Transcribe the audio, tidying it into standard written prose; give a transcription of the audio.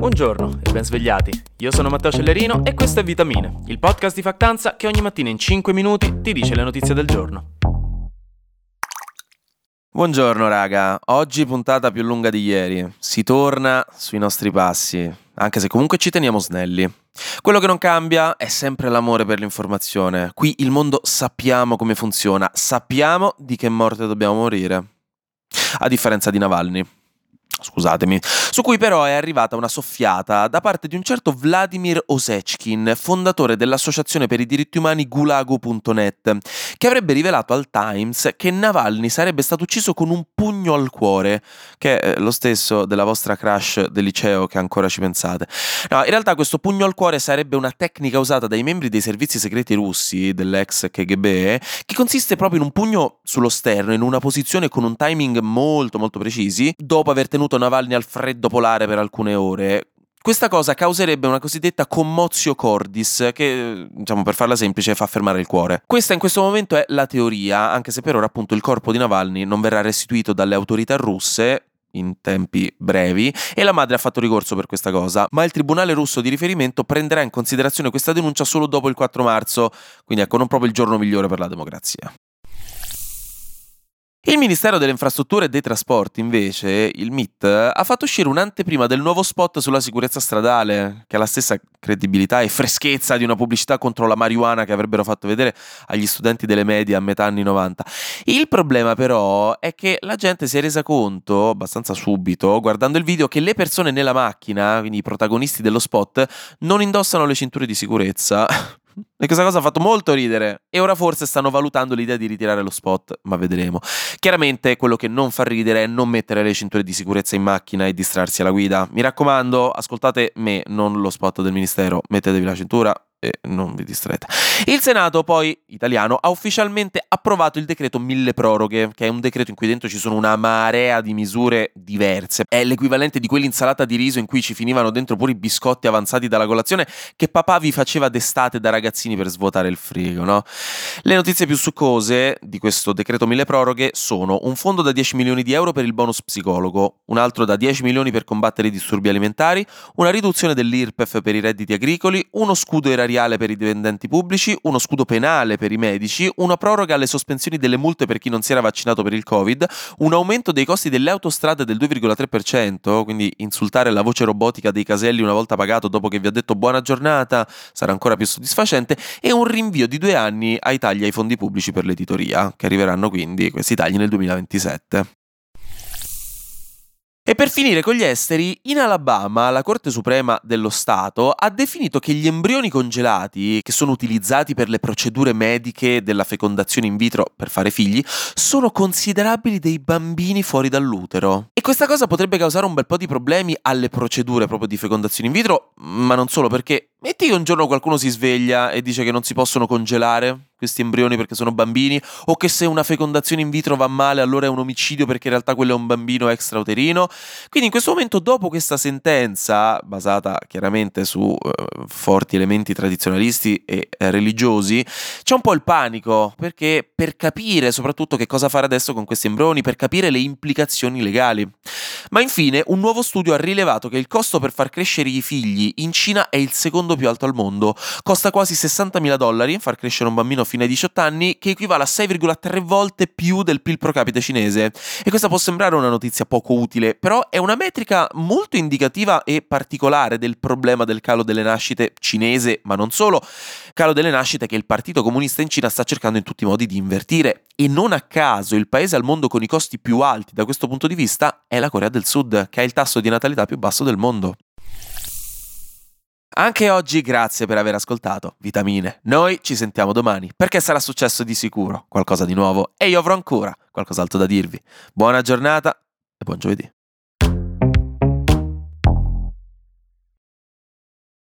Buongiorno e ben svegliati. Io sono Matteo Cellerino e questo è Vitamine, il podcast di Factanza che ogni mattina in 5 minuti ti dice le notizie del giorno. Buongiorno raga, oggi puntata più lunga di ieri. Si torna sui nostri passi, anche se comunque ci teniamo snelli. Quello che non cambia è sempre l'amore per l'informazione. Qui il mondo sappiamo come funziona, sappiamo di che morte dobbiamo morire. A differenza di Navalny. Scusatemi, su cui però è arrivata una soffiata da parte di un certo Vladimir Osechkin, fondatore dell'associazione per i diritti umani Gulago.net, che avrebbe rivelato al Times che Navalny sarebbe stato ucciso con un pugno al cuore, che è lo stesso della vostra crush del liceo che ancora ci pensate. No, in realtà questo pugno al cuore sarebbe una tecnica usata dai membri dei servizi segreti russi, dell'ex KGB, che consiste proprio in un pugno sullo sterno, in una posizione con un timing molto precisi, dopo aver tenuto Navalny al freddo polare per alcune ore. Questa cosa causerebbe una cosiddetta commotio cordis, che, diciamo per farla semplice, fa fermare il cuore. Questa in questo momento è la teoria, anche se per ora appunto il corpo di Navalny non verrà restituito dalle autorità russe in tempi brevi e la madre ha fatto ricorso per questa cosa, ma il tribunale russo di riferimento prenderà in considerazione questa denuncia solo dopo il 4 marzo, quindi ecco, non proprio il giorno migliore per la democrazia. Il Ministero delle Infrastrutture e dei Trasporti, invece, il MIT, ha fatto uscire un'anteprima del nuovo spot sulla sicurezza stradale, che ha la stessa credibilità e freschezza di una pubblicità contro la marijuana che avrebbero fatto vedere agli studenti delle medie a metà anni 90. Il problema però è che la gente si è resa conto, abbastanza subito, guardando il video, che le persone nella macchina, quindi i protagonisti dello spot, non indossano le cinture di sicurezza. E questa cosa ha fatto molto ridere e ora forse stanno valutando l'idea di ritirare lo spot, ma vedremo. Chiaramente quello che non fa ridere è non mettere le cinture di sicurezza in macchina e distrarsi alla guida. Mi raccomando, ascoltate me, non lo spot del ministero, mettetevi la cintura e non vi distraete. Il Senato poi, italiano, ha ufficialmente approvato il decreto milleproroghe, che è un decreto in cui dentro ci sono una marea di misure diverse. È l'equivalente di quell'insalata di riso in cui ci finivano dentro pure i biscotti avanzati dalla colazione che papà vi faceva d'estate da ragazzini per svuotare il frigo, no? Le notizie più succose di questo decreto milleproroghe sono un fondo da 10 milioni di euro per il bonus psicologo, un altro da 10 milioni per combattere i disturbi alimentari, una riduzione dell'IRPEF per i redditi agricoli, uno scudo erariale per i dipendenti pubblici, uno scudo penale per i medici, una proroga alle sospensioni delle multe per chi non si era vaccinato per il Covid, un aumento dei costi delle autostrade del 2,3%, quindi insultare la voce robotica dei caselli una volta pagato dopo che vi ha detto buona giornata sarà ancora più soddisfacente, e un rinvio di 2 anni ai tagli ai fondi pubblici per l'editoria, che arriveranno quindi questi tagli nel 2027. E per finire con gli esteri, in Alabama la Corte Suprema dello Stato ha definito che gli embrioni congelati, che sono utilizzati per le procedure mediche della fecondazione in vitro per fare figli, sono considerabili dei bambini fuori dall'utero. E questa cosa potrebbe causare un bel po' di problemi alle procedure proprio di fecondazione in vitro, ma non solo, perché metti che un giorno qualcuno si sveglia e dice che non si possono congelare questi embrioni perché sono bambini, o che se una fecondazione in vitro va male allora è un omicidio perché in realtà quello è un bambino extrauterino. Quindi in questo momento, dopo questa sentenza, basata chiaramente su forti elementi tradizionalisti e religiosi, c'è un po' il panico, perché per capire soprattutto che cosa fare adesso con questi embrioni, per capire le implicazioni legali. Ma infine un nuovo studio ha rilevato che il costo per far crescere i figli in Cina è il secondo più alto al mondo. Costa quasi $60.000 far crescere un bambino fino ai 18 anni, che equivale a 6,3 volte più del PIL pro capite cinese. E questa può sembrare una notizia poco utile, però è una metrica molto indicativa e particolare del problema del calo delle nascite cinese, ma non solo. Calo delle nascite che il Partito Comunista in Cina sta cercando in tutti i modi di invertire. E non a caso il paese al mondo con i costi più alti da questo punto di vista è la Corea del Sud, che ha il tasso di natalità più basso del mondo. Anche oggi grazie per aver ascoltato Vitamine. Noi ci sentiamo domani, perché sarà successo di sicuro qualcosa di nuovo e io avrò ancora qualcos'altro da dirvi. Buona giornata e buon giovedì.